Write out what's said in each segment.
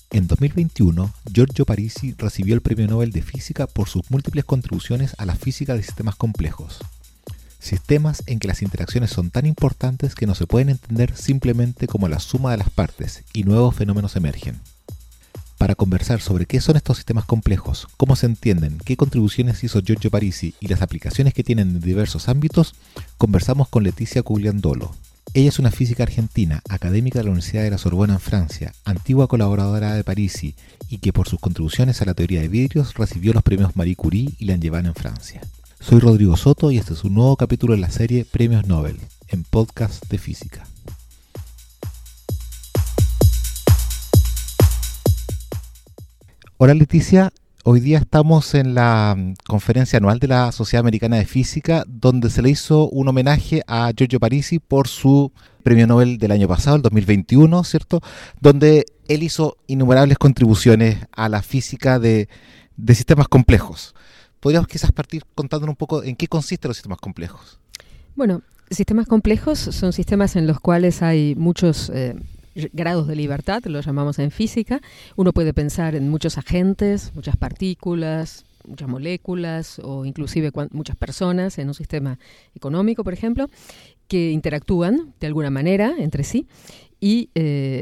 En 2021, Giorgio Parisi recibió el Premio Nobel de Física por sus múltiples contribuciones a la física de sistemas complejos. Sistemas en que las interacciones son tan importantes que no se pueden entender simplemente como la suma de las partes y nuevos fenómenos emergen. Para conversar sobre qué son estos sistemas complejos, cómo se entienden, qué contribuciones hizo Giorgio Parisi y las aplicaciones que tienen en diversos ámbitos, conversamos con Leticia Cugliandolo. Ella es una física argentina, académica de la Universidad de la Sorbona en Francia, antigua colaboradora de Parisi y que por sus contribuciones a la teoría de vidrios recibió los premios Marie Curie y Langevin en Francia. Soy Rodrigo Soto y este es un nuevo capítulo de la serie Premios Nobel, en podcast de física. Hola Leticia, hoy día estamos en la conferencia anual de la Sociedad Americana de Física, donde se le hizo un homenaje a Giorgio Parisi por su Premio Nobel del año pasado, el 2021, ¿cierto? Donde él hizo innumerables contribuciones a la física de sistemas complejos. ¿Podríamos quizás partir contándonos un poco en qué consisten los sistemas complejos? Bueno, sistemas complejos son sistemas en los cuales hay muchos grados de libertad, lo llamamos en física. Uno puede pensar en muchos agentes, muchas partículas, muchas moléculas o inclusive muchas personas en un sistema económico, por ejemplo, que interactúan de alguna manera entre sí y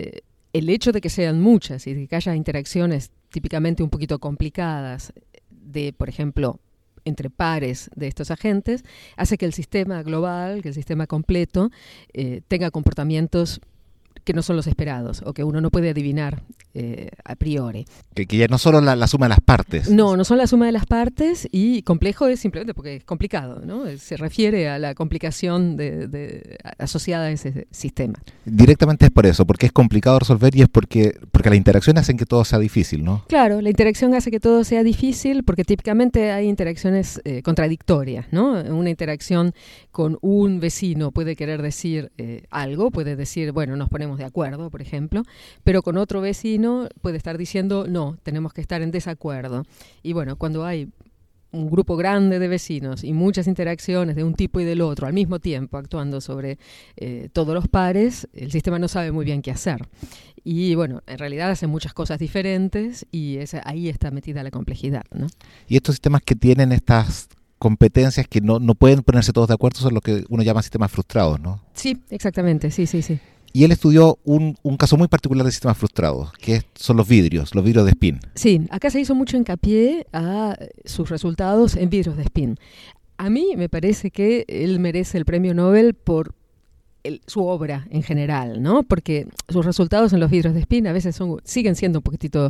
el hecho de que sean muchas y de que haya interacciones típicamente un poquito complicadas de, por ejemplo, entre pares de estos agentes, hace que el sistema global, que el sistema completo, tenga comportamientos que no son los esperados o que uno no puede adivinar a priori. Que ya no solo la suma de las partes. No son la suma de las partes y complejo es simplemente porque es complicado, ¿no? Se refiere a la complicación asociada a ese sistema. Directamente es por eso, porque es complicado resolver y es porque las interacciones hacen que todo sea difícil, ¿no? Claro, la interacción hace que todo sea difícil porque típicamente hay interacciones contradictorias, ¿no? Una interacción con un vecino puede querer decir algo, puede decir, bueno, nos ponemos de acuerdo, por ejemplo, pero con otro vecino puede estar diciendo, no, tenemos que estar en desacuerdo. Y bueno, cuando hay un grupo grande de vecinos y muchas interacciones de un tipo y del otro al mismo tiempo actuando sobre todos los pares, el sistema no sabe muy bien qué hacer. Y bueno, en realidad hacen muchas cosas diferentes y ahí está metida la complejidad, ¿no? Y estos sistemas que tienen estas competencias que no pueden ponerse todos de acuerdo son lo que uno llama sistemas frustrados, ¿no? Sí, exactamente, sí. Y él estudió un caso muy particular de sistemas frustrados, que son los vidrios de spin. Sí, acá se hizo mucho hincapié a sus resultados en vidrios de spin. A mí me parece que él merece el premio Nobel por su obra en general, ¿no? Porque sus resultados en los vidrios de spin a veces siguen siendo un poquitito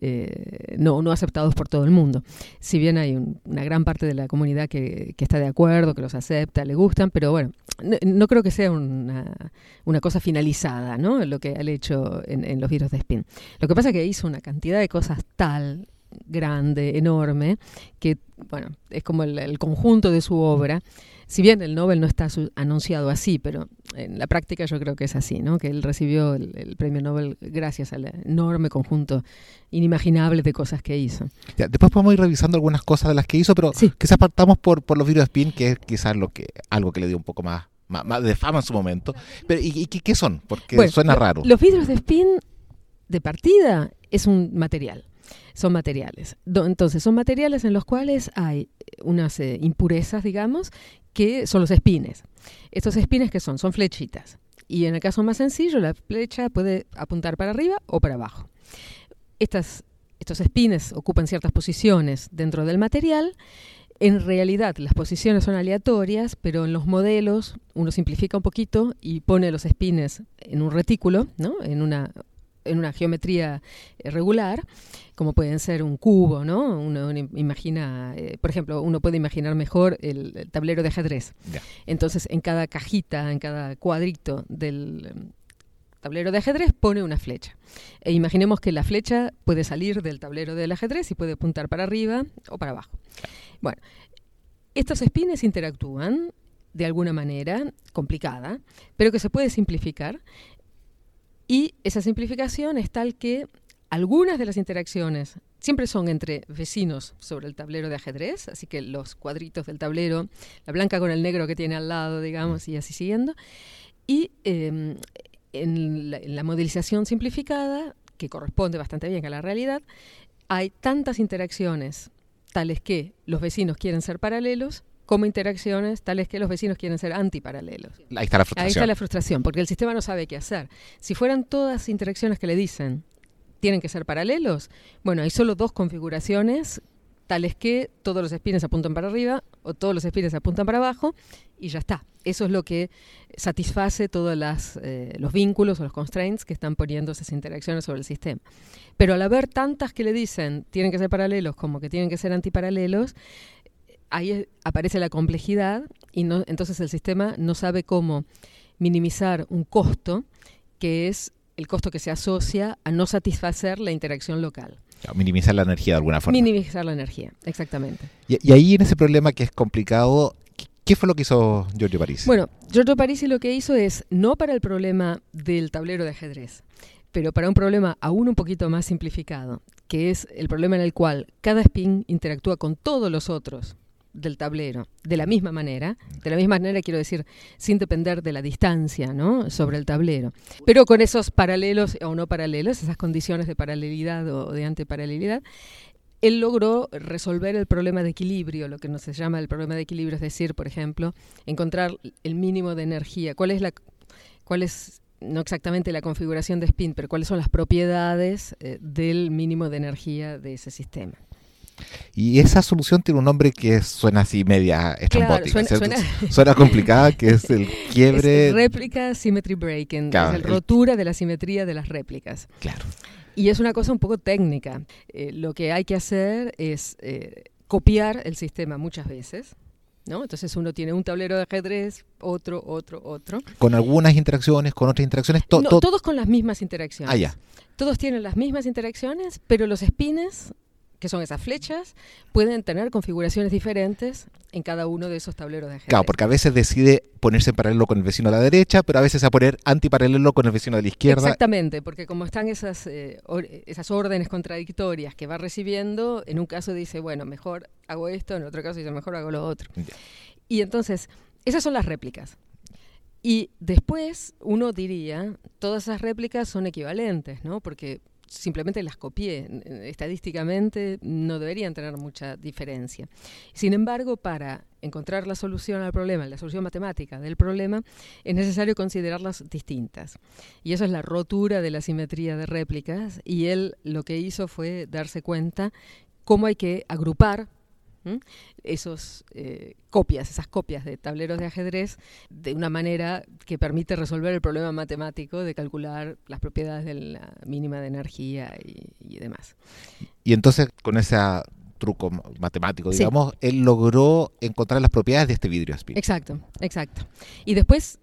no aceptados por todo el mundo. Si bien hay una gran parte de la comunidad que está de acuerdo, que los acepta, le gustan, pero bueno, no creo que sea una cosa finalizada, ¿no? Lo que él ha hecho en los vidrios de spin. Lo que pasa es que hizo una cantidad de cosas tal grande, enorme, que bueno, es como el conjunto de su obra. Si bien el Nobel no está anunciado así, pero en la práctica yo creo que es así, ¿no? Que él recibió el premio Nobel gracias al enorme conjunto inimaginable de cosas que hizo. Ya, después podemos ir revisando algunas cosas de las que hizo, pero sí, quizás partamos por los vidrios de spin, que es quizás algo que le dio un poco más de fama en su momento. Pero, ¿y qué son? Porque bueno, suena raro. Los vidrios de spin de partida es un material. Son materiales. Entonces, son materiales en los cuales hay unas impurezas, digamos, que son los espines. Estos espines, ¿qué son? Son flechitas. Y en el caso más sencillo, la flecha puede apuntar para arriba o para abajo. Estos espines ocupan ciertas posiciones dentro del material. En realidad, las posiciones son aleatorias, pero en los modelos uno simplifica un poquito y pone los espines en un retículo, ¿no? En una geometría regular, como pueden ser un cubo, ¿no? Uno imagina, por ejemplo, uno puede imaginar mejor el tablero de ajedrez. Yeah. Entonces, en cada cajita, en cada cuadrito del tablero de ajedrez pone una flecha. E imaginemos que la flecha puede salir del tablero del ajedrez y puede apuntar para arriba o para abajo. Bueno, estos espines interactúan de alguna manera complicada, pero que se puede simplificar. Y esa simplificación es tal que algunas de las interacciones siempre son entre vecinos sobre el tablero de ajedrez, así que los cuadritos del tablero, la blanca con el negro que tiene al lado, digamos, y así siguiendo. Y en la modelización simplificada que corresponde bastante bien a la realidad, hay tantas interacciones tales que los vecinos quieren ser paralelos, como interacciones tales que los vecinos quieren ser antiparalelos. Ahí está la frustración. Ahí está la frustración, porque el sistema no sabe qué hacer. Si fueran todas interacciones que le dicen tienen que ser paralelos, bueno, hay solo 2 configuraciones, tales que todos los espines apuntan para arriba o todos los espines apuntan para abajo, y ya está. Eso es lo que satisface todos los vínculos o los constraints que están poniendo esas interacciones sobre el sistema. Pero al haber tantas que le dicen tienen que ser paralelos como que tienen que ser antiparalelos, ahí aparece la complejidad y entonces el sistema no sabe cómo minimizar un costo, que es el costo que se asocia a no satisfacer la interacción local. Minimizar la energía de alguna forma. Minimizar la energía, exactamente. Y ahí en ese problema que es complicado, ¿qué fue lo que hizo Giorgio Parisi? Bueno, Giorgio Parisi lo que hizo es, no para el problema del tablero de ajedrez, pero para un problema aún un poquito más simplificado, que es el problema en el cual cada spin interactúa con todos los otros del tablero de la misma manera quiero decir, sin depender de la distancia, ¿no?, sobre el tablero, pero con esos paralelos o no paralelos, esas condiciones de paralelidad o de antiparalelidad. Él logró resolver el problema de equilibrio, lo que se llama el problema de equilibrio, es decir, por ejemplo, encontrar el mínimo de energía. ¿Cuál es no exactamente la configuración de spin, pero cuáles son las propiedades del mínimo de energía de ese sistema? Y esa solución tiene un nombre que suena así media estrambótica, claro, suena complicada, que es el quiebre... Es réplica symmetry breaking, claro, es la rotura de la simetría de las réplicas. Claro. Y es una cosa un poco técnica. Lo que hay que hacer es copiar el sistema muchas veces, ¿no? Entonces uno tiene un tablero de ajedrez, otro. Con algunas interacciones, con otras interacciones. Todos con las mismas interacciones. Ah, ya. Todos tienen las mismas interacciones, pero los spines, que son esas flechas, pueden tener configuraciones diferentes en cada uno de esos tableros de ajedrez. Claro, porque a veces decide ponerse en paralelo con el vecino de la derecha, pero a veces a poner antiparalelo con el vecino de la izquierda. Exactamente, porque como están esas órdenes contradictorias que va recibiendo, en un caso dice, bueno, mejor hago esto, en otro caso dice, mejor hago lo otro. Ya. Y entonces, esas son las réplicas. Y después uno diría, todas esas réplicas son equivalentes, ¿no? Porque simplemente las copié. Estadísticamente no deberían tener mucha diferencia. Sin embargo, para encontrar la solución al problema, la solución matemática del problema, es necesario considerarlas distintas. Y eso es la rotura de la simetría de réplicas. Y él lo que hizo fue darse cuenta cómo hay que agrupar esas copias de tableros de ajedrez de una manera que permite resolver el problema matemático de calcular las propiedades de la mínima de energía y demás. Y entonces, con ese truco matemático, digamos, sí, él logró encontrar las propiedades de este vidrio spin. Exacto. Y después,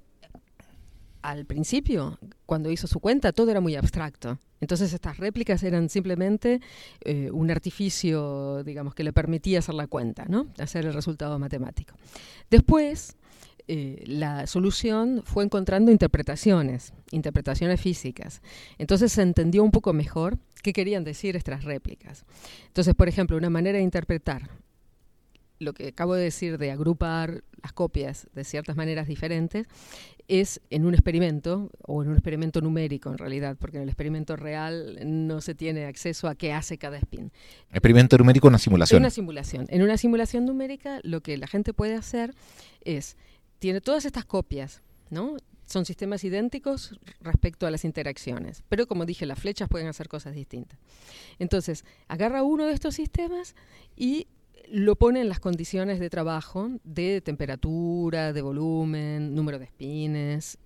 al principio, cuando hizo su cuenta, todo era muy abstracto. Entonces estas réplicas eran simplemente un artificio, digamos, que le permitía hacer la cuenta, ¿no? Hacer el resultado matemático. Después, la solución fue encontrando interpretaciones físicas. Entonces se entendió un poco mejor qué querían decir estas réplicas. Entonces, por ejemplo, una manera de interpretar lo que acabo de decir de agrupar las copias de ciertas maneras diferentes es en un experimento, o en un experimento numérico en realidad, porque en el experimento real no se tiene acceso a qué hace cada spin. Experimento numérico, una simulación. En una simulación numérica lo que la gente puede hacer es, tiene todas estas copias, ¿no? Son sistemas idénticos respecto a las interacciones, pero como dije, las flechas pueden hacer cosas distintas. Entonces, agarra uno de estos sistemas y lo pone en las condiciones de trabajo de temperatura, de volumen, número de spines,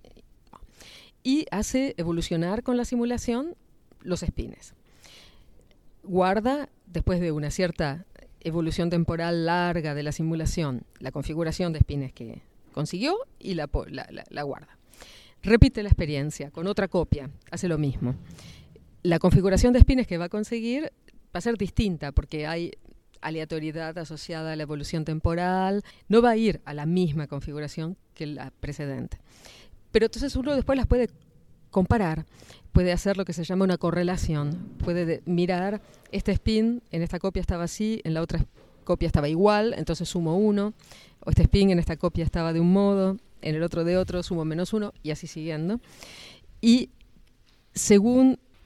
y hace evolucionar con la simulación los spines. Guarda, después de una cierta evolución temporal larga de la simulación, la configuración de spines que consiguió y la guarda. Repite la experiencia con otra copia, hace lo mismo. La configuración de spines que va a conseguir va a ser distinta porque hay aleatoriedad asociada a la evolución temporal, no va a ir a la misma configuración que la precedente. Pero entonces uno después las puede comparar, puede hacer lo que se llama una correlación, puede mirar, este spin en esta copia estaba así, en la otra copia estaba igual, entonces sumo 1, o este spin en esta copia estaba de un modo, en el otro de otro, sumo -1, y así siguiendo. Y según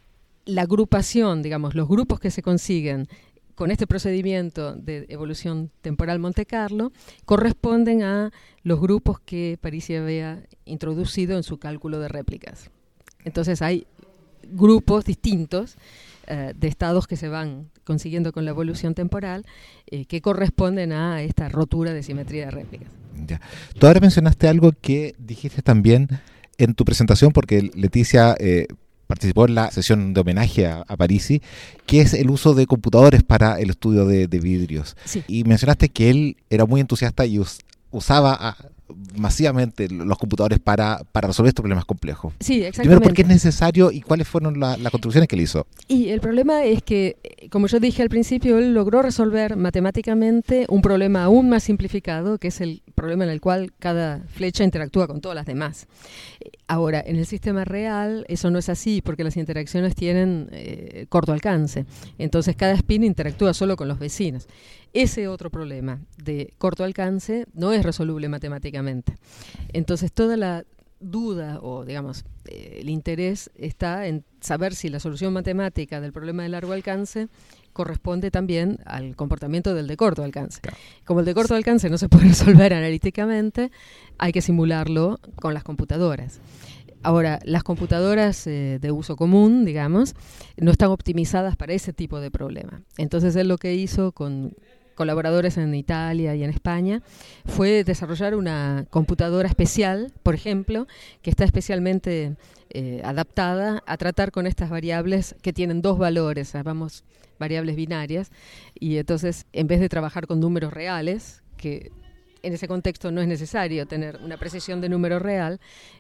la agrupación, digamos, los grupos que se consiguen con este procedimiento de evolución temporal Monte Carlo corresponden a los grupos que Parisi había introducido en su cálculo de réplicas. Entonces hay grupos distintos de estados que se van consiguiendo con la evolución temporal que corresponden a esta rotura de simetría de réplicas. Ya. Tú ahora mencionaste algo que dijiste también en tu presentación, porque Leticia participó en la sesión de homenaje a Parisi, que es el uso de computadores para el estudio de vidrios. Sí. Y mencionaste que él era muy entusiasta y usaba masivamente los computadores para resolver estos problemas complejos. Sí, exactamente. Primero, ¿por qué es necesario y cuáles fueron las contribuciones que él hizo? Y el problema es que, como yo dije al principio, él logró resolver matemáticamente un problema aún más simplificado, que es el problema en el cual cada flecha interactúa con todas las demás. Ahora, en el sistema real eso no es así, porque las interacciones tienen corto alcance. Entonces cada spin interactúa solo con los vecinos. Ese otro problema de corto alcance no es resoluble matemáticamente. Entonces toda la duda o, digamos, el interés está en saber si la solución matemática del problema de largo alcance corresponde también al comportamiento del de corto alcance. Claro. Como el de corto alcance no se puede resolver analíticamente, hay que simularlo con las computadoras. Ahora, las computadoras de uso común, digamos, no están optimizadas para ese tipo de problema. Entonces él lo que hizo con colaboradores en Italia y en España fue desarrollar una computadora especial, por ejemplo, que está especialmente adaptada a tratar con estas variables que tienen dos valores, llamamos variables binarias, y entonces en vez de trabajar con números reales, que en ese contexto no es necesario tener una precisión de número real,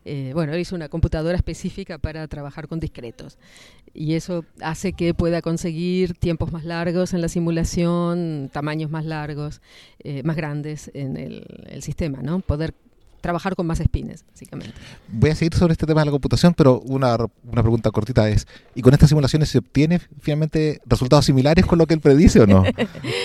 él hizo una computadora específica para trabajar con discretos. Y eso hace que pueda conseguir tiempos más largos en la simulación, tamaños más largos, más grandes en el sistema, ¿no? Poder trabajar con más spines, básicamente. Voy a seguir sobre este tema de la computación, pero una pregunta cortita es, ¿y con estas simulaciones se obtiene finalmente resultados similares con lo que él predice o no?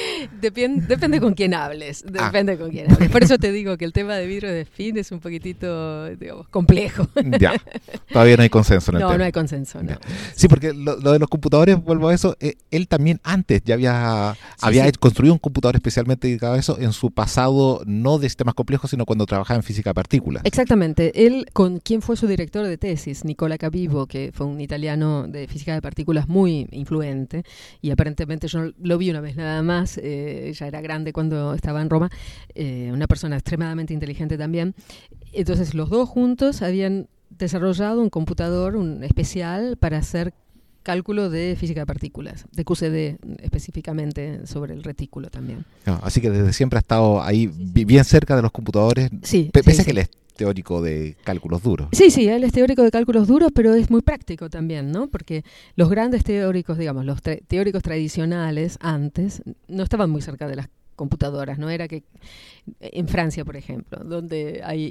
Depende con quién hables, con quién hables. Por eso te digo que el tema de vidrio de spin es un poquitito, digamos, complejo. Ya, todavía no hay consenso en el tema. No hay consenso, no. Sí, porque lo de los computadores, vuelvo a eso, él también antes ya había construido un computador especialmente dedicado a eso en su pasado, no de sistemas complejos, sino cuando trabajaba en física de partículas. Exactamente. Él, con quien fue su director de tesis, Nicola Cavivo, que fue un italiano de física de partículas muy influente, y aparentemente yo lo vi una vez nada más, ya era grande cuando estaba en Roma, una persona extremadamente inteligente también. Entonces los dos juntos habían desarrollado un computador especial para hacer cálculo de física de partículas, de QCD específicamente, sobre el retículo también. No, así que desde siempre ha estado ahí bien cerca de los computadores, pese a que él es teórico de cálculos duros. Sí, él es teórico de cálculos duros, pero es muy práctico también, ¿no? Porque los grandes teóricos, digamos, los teóricos tradicionales antes, no estaban muy cerca de las computadoras, no era que en Francia, por ejemplo, donde hay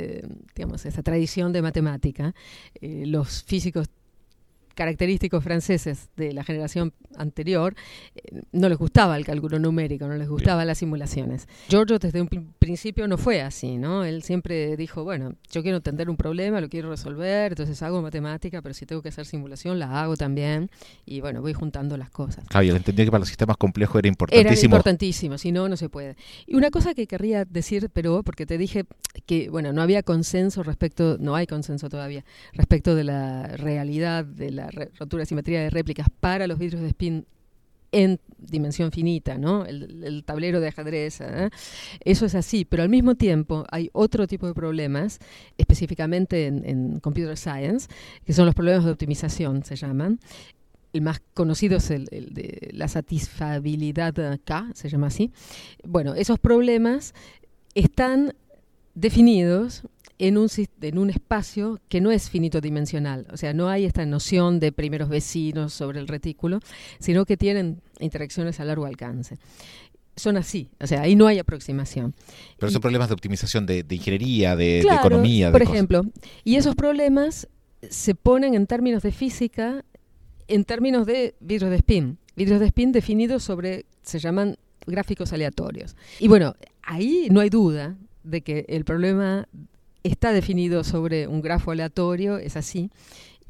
esta tradición de matemática, los físicos característicos franceses de la generación anterior, no les gustaba el cálculo numérico, no les gustaban las simulaciones. Giorgio desde un principio no fue así, ¿no? Él siempre dijo, bueno, yo quiero entender un problema, lo quiero resolver, entonces hago matemática, pero si tengo que hacer simulación, la hago también, y bueno, voy juntando las cosas. Claro, yo entendía que para los sistemas complejos era importantísimo. Era importantísimo, si no, no se puede. Y una cosa que querría decir, pero porque te dije que, bueno, no hay consenso todavía, respecto de la realidad de la rotura de simetría de réplicas para los vidrios de spin en dimensión finita, ¿no? El tablero de ajedrez, eso es así, pero al mismo tiempo hay otro tipo de problemas, específicamente en computer science, que son los problemas de optimización, se llaman. El más conocido es el de la satisfabilidad K, se llama así. Bueno, esos problemas están definidos en un espacio que no es finito dimensional. O sea, no hay esta noción de primeros vecinos sobre el retículo, sino que tienen interacciones a largo alcance. Son así, o sea, ahí no hay aproximación. Pero son problemas de optimización de ingeniería, de claro, economía. Por ejemplo, y esos problemas se ponen en términos de física, en términos de vidrios de spin. Vidrios de spin definidos se llaman gráficos aleatorios. Y bueno, ahí no hay duda de que el problema está definido sobre un grafo aleatorio, es así,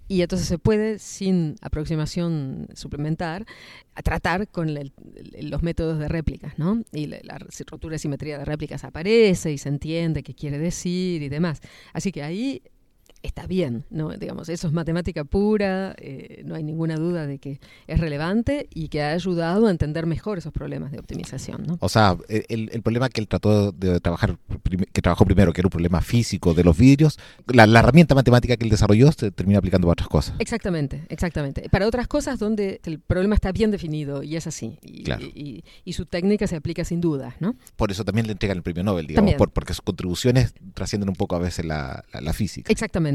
Y entonces se puede, sin aproximación suplementar, a tratar con los métodos de réplicas, ¿no? Y la rotura de simetría de réplicas aparece y se entiende qué quiere decir y demás. Así que ahí está bien, ¿no? Digamos, eso es matemática pura, no hay ninguna duda de que es relevante y que ha ayudado a entender mejor esos problemas de optimización, ¿no? O sea, el problema que él trató de trabajar, que trabajó primero, que era un problema físico de los vidrios, la herramienta matemática que él desarrolló se termina aplicando para otras cosas. Exactamente. Para otras cosas donde el problema está bien definido y es así. Claro. Y su técnica se aplica sin dudas, ¿no? Por eso también le entregan el premio Nobel, digamos, porque sus contribuciones trascienden un poco a veces la física. Exactamente.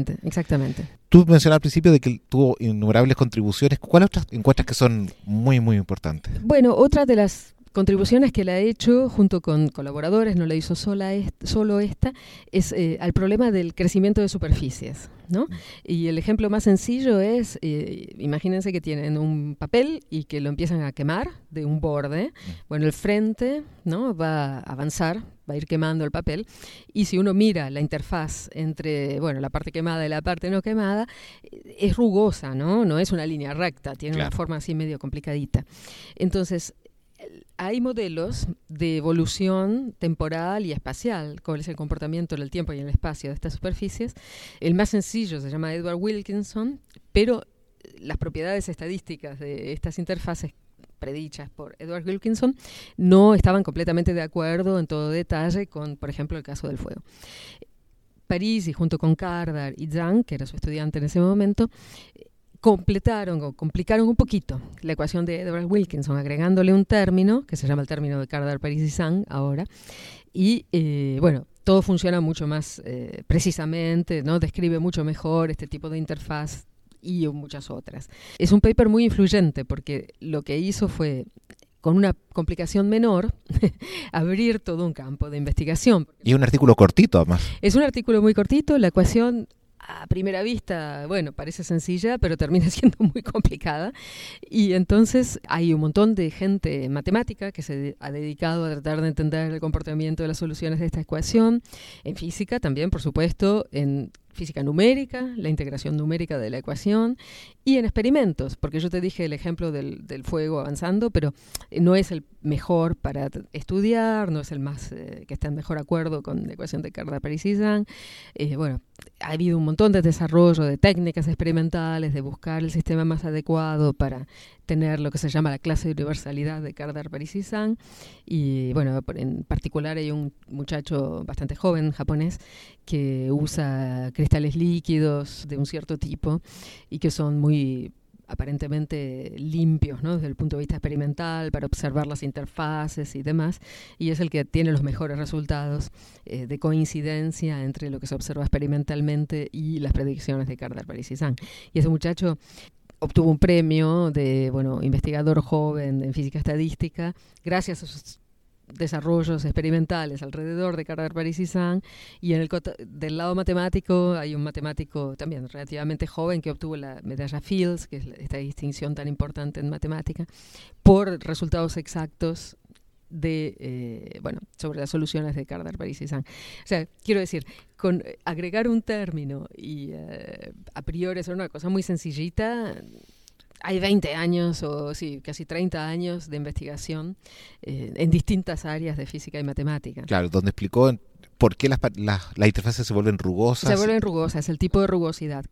Tú mencionabas al principio de que él tuvo innumerables contribuciones. ¿Cuáles otras encuentras que son muy, muy importantes? Bueno, otra de las contribuciones que le ha hecho junto con colaboradores, no la hizo solo esta, es al problema del crecimiento de superficies, ¿no? Y el ejemplo más sencillo es, imagínense que tienen un papel y que lo empiezan a quemar de un borde. Bueno, el frente, ¿no?, va a avanzar, va a ir quemando el papel, y si uno mira la interfaz entre, bueno, la parte quemada y la parte no quemada, es rugosa, ¿no? No es una línea recta, tiene una forma así medio complicadita. Entonces, hay modelos de evolución temporal y espacial, cuál es el comportamiento en el tiempo y en el espacio de estas superficies. El más sencillo se llama Edward Wilkinson, pero las propiedades estadísticas de estas interfaces predichas por Edward Wilkinson no estaban completamente de acuerdo en todo detalle con, por ejemplo, el caso del fuego. Parisi, junto con Cardar y Zhang, que era su estudiante en ese momento, completaron o complicaron un poquito la ecuación de Edward Wilkinson, agregándole un término, que se llama el término de Cardar, Parisi y Zhang ahora, y bueno, todo funciona mucho más precisamente, ¿no? Describe mucho mejor este tipo de interfaz y muchas otras. Es un paper muy influyente porque lo que hizo fue, con una complicación menor, abrir todo un campo de investigación. Y un artículo cortito, además. Es un artículo muy cortito, la ecuación a primera vista, bueno, parece sencilla, pero termina siendo muy complicada. Y entonces hay un montón de gente matemática que se ha dedicado a tratar de entender el comportamiento de las soluciones de esta ecuación. En física también, por supuesto, en física numérica, la integración numérica de la ecuación, y en experimentos, porque yo te dije el ejemplo del fuego avanzando, pero no es el mejor para estudiar, no es el más que está en mejor acuerdo con la ecuación de Cardar, Parisi y Zhang. Bueno, ha habido un montón de desarrollo de técnicas experimentales, de buscar el sistema más adecuado para tener lo que se llama la clase de universalidad de Cardar, Parisi y Zhang. Y bueno, en particular hay un muchacho bastante joven japonés que usa cristales líquidos de un cierto tipo y que son muy aparentemente limpios, ¿no?, desde el punto de vista experimental, para observar las interfaces y demás, y es el que tiene los mejores resultados de coincidencia entre lo que se observa experimentalmente y las predicciones de Cardar, Parisi y Zhang. Y ese muchacho obtuvo un premio de, bueno, investigador joven en física estadística gracias a sus desarrollos experimentales alrededor de Cardar, Parisi y Zhang, y del lado matemático hay un matemático también relativamente joven que obtuvo la medalla Fields, que es esta distinción tan importante en matemática, por resultados exactos de, bueno, sobre las soluciones de Cardar, Parisi y Zhang. O sea, quiero decir, con agregar un término y a priori hacer una cosa muy sencillita, hay 20 años o sí, casi 30 años de investigación en distintas áreas de física y matemática. Claro, donde explicó por qué las interfaces se vuelven rugosas. Se vuelven rugosas, el tipo de rugosidad,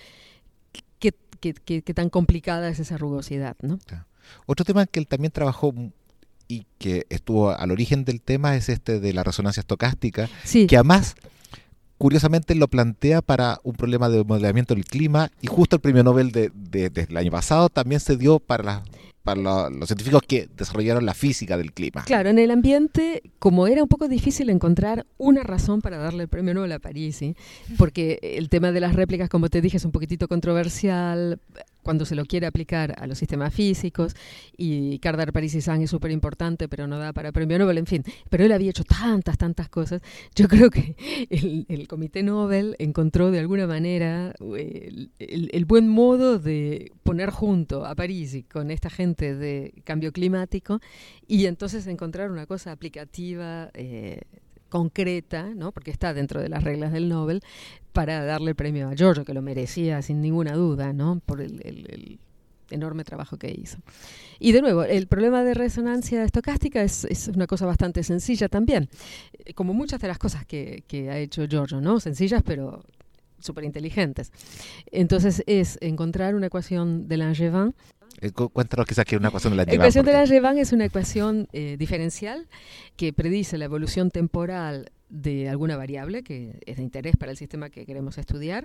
qué tan complicada es esa rugosidad, ¿no? Claro. Otro tema que él también trabajó y que estuvo al origen del tema es este de la resonancia estocástica, sí, que además curiosamente lo plantea para un problema de modelamiento del clima, y justo el premio Nobel del año pasado también se dio para los científicos que desarrollaron la física del clima. Claro, en el ambiente, como era un poco difícil encontrar una razón para darle el premio Nobel a Parisi, porque el tema de las réplicas, como te dije, es un poquitito controversial cuando se lo quiere aplicar a los sistemas físicos, y Cardar, Parisi y Zhang es súper importante, pero no da para premio Nobel, en fin. Pero él había hecho tantas cosas. Yo creo que el Comité Nobel encontró de alguna manera el buen modo de poner junto a Parisi con esta gente de cambio climático, y entonces encontrar una cosa aplicativa concreta, ¿no? Porque está dentro de las reglas del Nobel, para darle el premio a Giorgio, que lo merecía sin ninguna duda, ¿no? Por el enorme trabajo que hizo. Y de nuevo, el problema de resonancia estocástica es una cosa bastante sencilla también, como muchas de las cosas que ha hecho Giorgio, ¿no? Sencillas pero súper inteligentes. Entonces es encontrar una ecuación de Langevin. Cuéntanos quizás que es una ecuación de La Langevin. La ecuación de Langevin es una ecuación diferencial que predice la evolución temporal de alguna variable que es de interés para el sistema que queremos estudiar,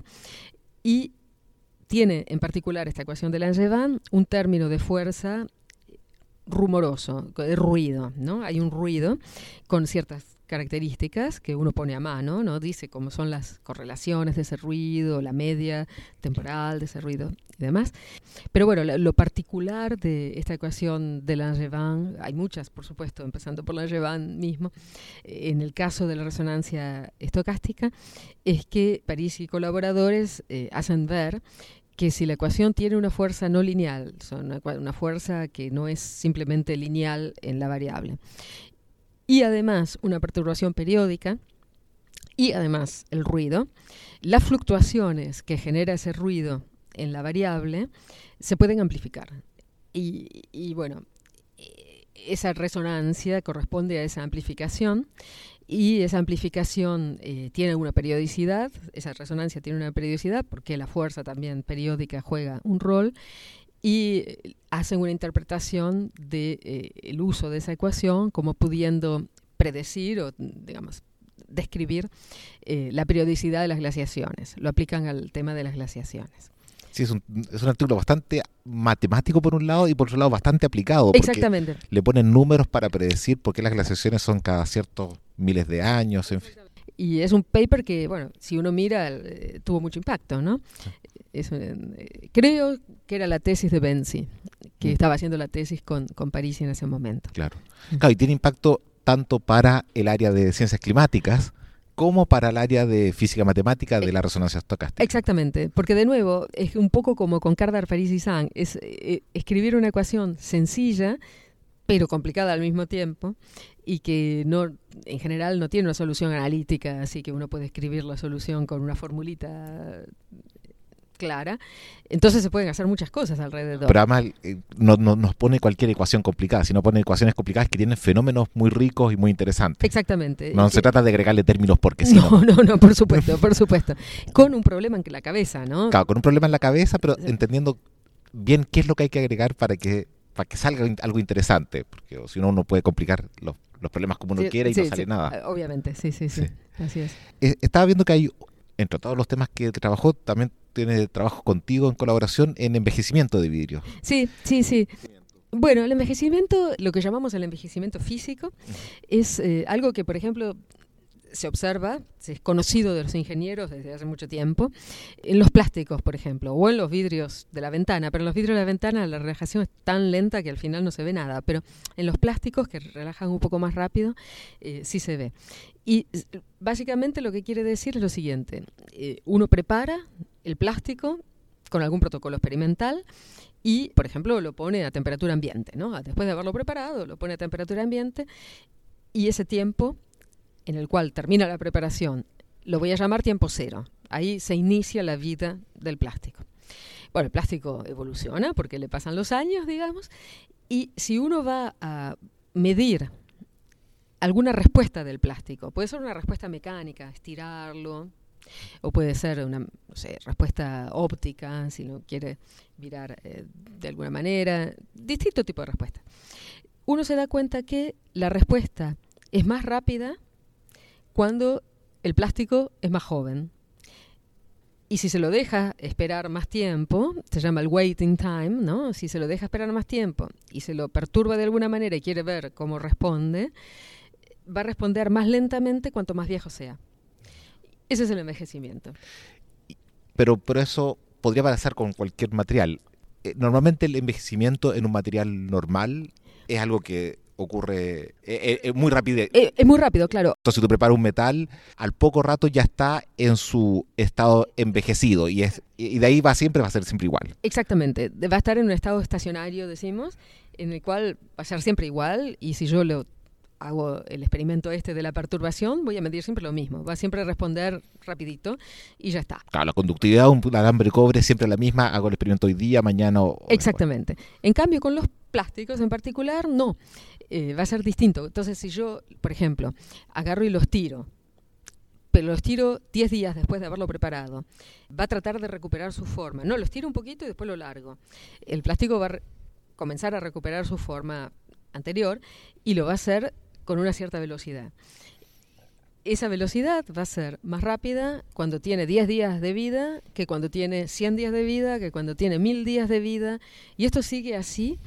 y tiene en particular esta ecuación de Langevin un término de fuerza rumoroso, de ruido, ¿no? Hay un ruido con ciertas características que uno pone a mano, ¿no? Dice cómo son las correlaciones de ese ruido, la media temporal de ese ruido y demás. Pero bueno, lo particular de esta ecuación de Langevin, hay muchas, por supuesto, empezando por Langevin mismo, en el caso de la resonancia estocástica, es que Parisi y colaboradores hacen ver que si la ecuación tiene una fuerza no lineal, una fuerza que no es simplemente lineal en la variable, y además una perturbación periódica, y además el ruido, las fluctuaciones que genera ese ruido en la variable se pueden amplificar. Y bueno, esa resonancia corresponde a esa amplificación, y esa amplificación tiene una periodicidad, esa resonancia tiene una periodicidad porque la fuerza también periódica juega un rol, y hacen una interpretación del uso de esa ecuación como pudiendo predecir o, digamos, describir la periodicidad de las glaciaciones. Lo aplican al tema de las glaciaciones. Sí, es un artículo bastante matemático por un lado y por otro lado bastante aplicado. Exactamente. Le ponen números para predecir por qué las glaciaciones son cada ciertos miles de años. En fin. Y es un paper que, bueno, si uno mira, tuvo mucho impacto, ¿no? Sí. Creo que era la tesis de Benzi, que estaba haciendo la tesis con Parisi en ese momento. Claro. Claro, y tiene impacto tanto para el área de ciencias climáticas como para el área de física matemática de la resonancia estocástica. Exactamente, porque de nuevo es un poco como con Kardar, Parisi y Zhang, es escribir una ecuación sencilla pero complicada al mismo tiempo, y que no, en general no tiene una solución analítica, así que uno puede escribir la solución con una formulita clara. Entonces se pueden hacer muchas cosas alrededor. Pero además no nos pone cualquier ecuación complicada, sino pone ecuaciones complicadas que tienen fenómenos muy ricos y muy interesantes. Exactamente. No se trata de agregarle términos porque sí. No, por supuesto, por supuesto. Con un problema en la cabeza, ¿no? Claro, con un problema en la cabeza, pero entendiendo bien qué es lo que hay que agregar para que salga algo interesante, porque si no, uno puede complicar los problemas como uno quiere y no sale nada. Obviamente, sí. Así es. Estaba viendo que hay, entre todos los temas que trabajó, también tiene trabajo contigo en colaboración en envejecimiento de vidrio. Sí. Bueno, el envejecimiento, lo que llamamos el envejecimiento físico, es algo que, por ejemplo, se observa, es conocido de los ingenieros desde hace mucho tiempo, en los plásticos, por ejemplo, o en los vidrios de la ventana, pero en los vidrios de la ventana la relajación es tan lenta que al final no se ve nada, pero en los plásticos, que relajan un poco más rápido, sí se ve. Y básicamente lo que quiere decir es lo siguiente: uno prepara el plástico con algún protocolo experimental y, por ejemplo, lo pone a temperatura ambiente, ¿no? Después de haberlo preparado, lo pone a temperatura ambiente, y ese tiempo en el cual termina la preparación, lo voy a llamar tiempo cero. Ahí se inicia la vida del plástico. Bueno, el plástico evoluciona porque le pasan los años, digamos, y si uno va a medir alguna respuesta del plástico, puede ser una respuesta mecánica, estirarlo, o puede ser una, no sé, respuesta óptica, si lo quiere mirar de alguna manera, distinto tipo de respuesta. Uno se da cuenta que la respuesta es más rápida cuando el plástico es más joven. Y si se lo deja esperar más tiempo, se llama el waiting time, ¿no? Si se lo deja esperar más tiempo y se lo perturba de alguna manera y quiere ver cómo responde, va a responder más lentamente cuanto más viejo sea. Ese es el envejecimiento. Pero eso podría pasar con cualquier material. Normalmente el envejecimiento en un material normal es algo que ocurre muy rápido. Es muy rápido, claro. Entonces, si tú preparas un metal, al poco rato ya está en su estado envejecido y de ahí siempre va a ser siempre igual. Exactamente. Va a estar en un estado estacionario, decimos, en el cual va a ser siempre igual, y si yo lo hago el experimento de la perturbación, voy a medir siempre lo mismo. Va a siempre responder rapidito y ya está. Claro, la conductividad, un alambre de cobre es siempre la misma, hago el experimento hoy día, mañana o Exactamente. En cambio, con los plásticos en particular, no. Va a ser distinto. Entonces, si yo, por ejemplo, agarro y los tiro, pero los tiro 10 días después de haberlo preparado, va a tratar de recuperar su forma. No, los tiro un poquito y después lo largo. El plástico va a comenzar a recuperar su forma anterior y lo va a hacer con una cierta velocidad. Esa velocidad va a ser más rápida cuando tiene 10 días de vida que cuando tiene 100 días de vida, que cuando tiene 1000 días de vida. Y esto sigue así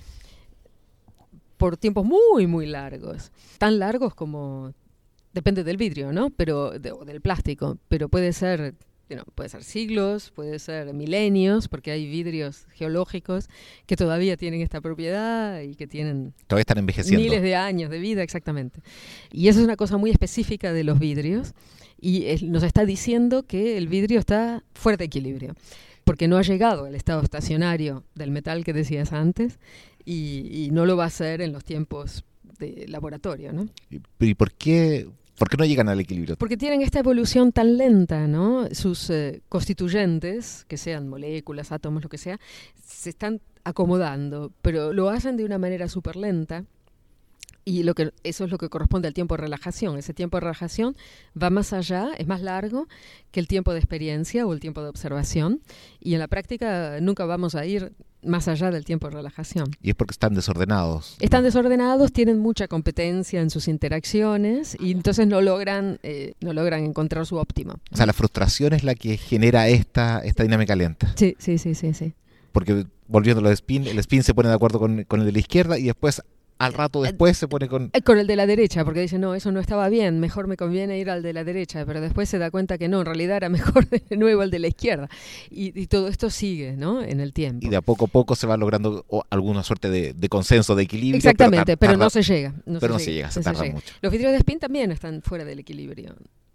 por tiempos muy, muy largos. Tan largos como... Depende del vidrio, ¿no? O del plástico. Pero puede ser siglos, puede ser milenios, porque hay vidrios geológicos que todavía tienen esta propiedad y que tienen... Todavía están envejeciendo. Miles de años de vida, exactamente. Y eso es una cosa muy específica de los vidrios y nos está diciendo que el vidrio está fuera de equilibrio, porque no ha llegado al estado estacionario del metal que decías antes y no lo va a hacer en los tiempos de laboratorio, ¿no? ¿Y por qué no llegan al equilibrio? Porque tienen esta evolución tan lenta, ¿no? Sus constituyentes, que sean moléculas, átomos, lo que sea, se están acomodando, pero lo hacen de una manera súper lenta. Y eso es lo que corresponde al tiempo de relajación. Ese tiempo de relajación va más allá, es más largo que el tiempo de experiencia o el tiempo de observación. Y en la práctica nunca vamos a ir más allá del tiempo de relajación. Y es porque están desordenados. Están desordenados, tienen mucha competencia en sus interacciones y entonces no logran encontrar su óptimo. O sea, la frustración es la que genera esta dinámica lenta. Sí. Porque volviendo a lo de spin, el spin se pone de acuerdo con el de la izquierda y después... Al rato después se pone con el de la derecha, porque dice, no, eso no estaba bien, mejor me conviene ir al de la derecha, pero después se da cuenta que no, en realidad era mejor de nuevo el de la izquierda. Y todo esto sigue, ¿no? En el tiempo. Y de a poco se va logrando alguna suerte de consenso, de equilibrio. Exactamente, pero no se llega. Se tarda mucho. Los vidrios de spin también están fuera del equilibrio.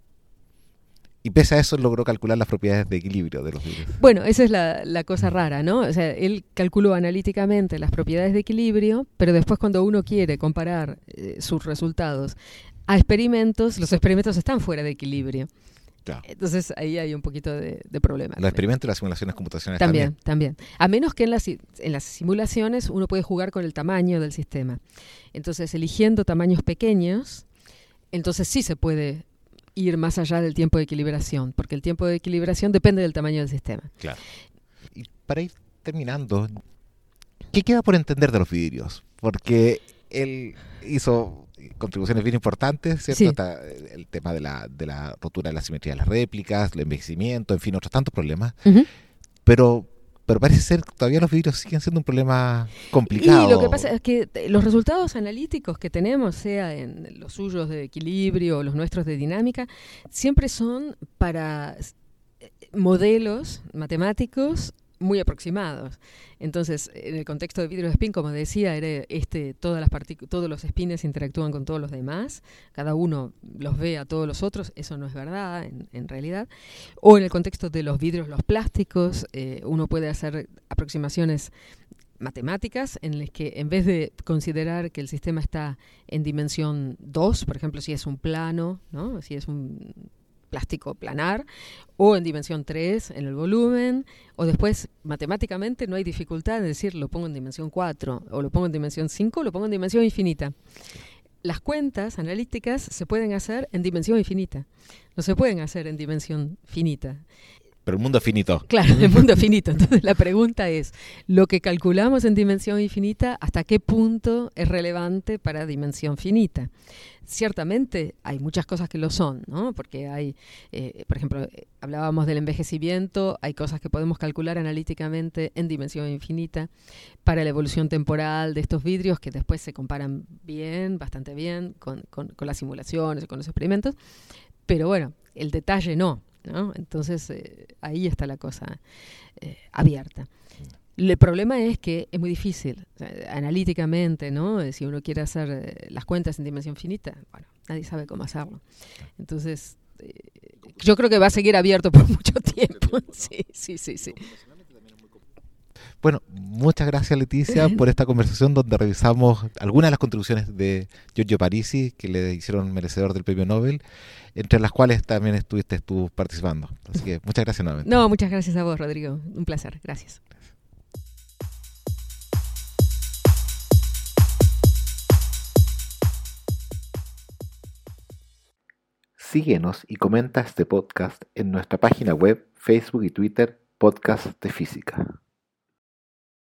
Y pese a eso logró calcular las propiedades de equilibrio de los vidrios. Bueno, esa es la cosa rara, ¿no? O sea, él calculó analíticamente las propiedades de equilibrio, pero después cuando uno quiere comparar sus resultados a experimentos, los experimentos están fuera de equilibrio. Claro. Entonces ahí hay un poquito de problema. Los experimentos y las simulaciones computacionales también. A menos que en las simulaciones uno puede jugar con el tamaño del sistema. Entonces, eligiendo tamaños pequeños, entonces sí se puede ir más allá del tiempo de equilibración, porque el tiempo de equilibración depende del tamaño del sistema. Claro. Y para ir terminando, ¿qué queda por entender de los vidrios? Porque él hizo contribuciones bien importantes, ¿cierto? Sí. Está el tema de la rotura de la simetría de las réplicas, el envejecimiento, en fin, otros tantos problemas. Uh-huh. Pero parece ser que todavía los vidrios siguen siendo un problema complicado. Y lo que pasa es que los resultados analíticos que tenemos, sea en los suyos de equilibrio o los nuestros de dinámica, siempre son para modelos matemáticos muy aproximados. Entonces, en el contexto de vidrio de spin, como decía, todos los spines interactúan con todos los demás, cada uno los ve a todos los otros, eso no es verdad en realidad. O en el contexto de los vidrios, los plásticos, uno puede hacer aproximaciones matemáticas en las que en vez de considerar que el sistema está en dimensión 2, por ejemplo, si es un plano, ¿no? Si es un plástico planar, o en dimensión 3 en el volumen, o después matemáticamente no hay dificultad en decir lo pongo en dimensión 4, o lo pongo en dimensión 5, o lo pongo en dimensión infinita. Las cuentas analíticas se pueden hacer en dimensión infinita, no se pueden hacer en dimensión finita. Pero el mundo es finito. Claro, el mundo es finito. Entonces la pregunta es, lo que calculamos en dimensión infinita, ¿hasta qué punto es relevante para dimensión finita? Ciertamente hay muchas cosas que lo son, ¿no? Porque hay, por ejemplo, hablábamos del envejecimiento, hay cosas que podemos calcular analíticamente en dimensión infinita para la evolución temporal de estos vidrios que después se comparan bastante bien con las simulaciones y con los experimentos, pero bueno, el detalle no, ¿no? Entonces ahí está la cosa abierta. El problema es que es muy difícil, o sea, analíticamente, ¿no? Si uno quiere hacer las cuentas en dimensión finita, bueno, nadie sabe cómo hacerlo. Entonces, yo creo que va a seguir abierto por mucho tiempo. Sí. Bueno, muchas gracias Leticia por esta conversación donde revisamos algunas de las contribuciones de Giorgio Parisi que le hicieron merecedor del premio Nobel, entre las cuales también estuviste tú participando. Así que muchas gracias nuevamente. No, muchas gracias a vos, Rodrigo. Un placer. Gracias. Síguenos y comenta este podcast en nuestra página web, Facebook y Twitter, Podcast de Física.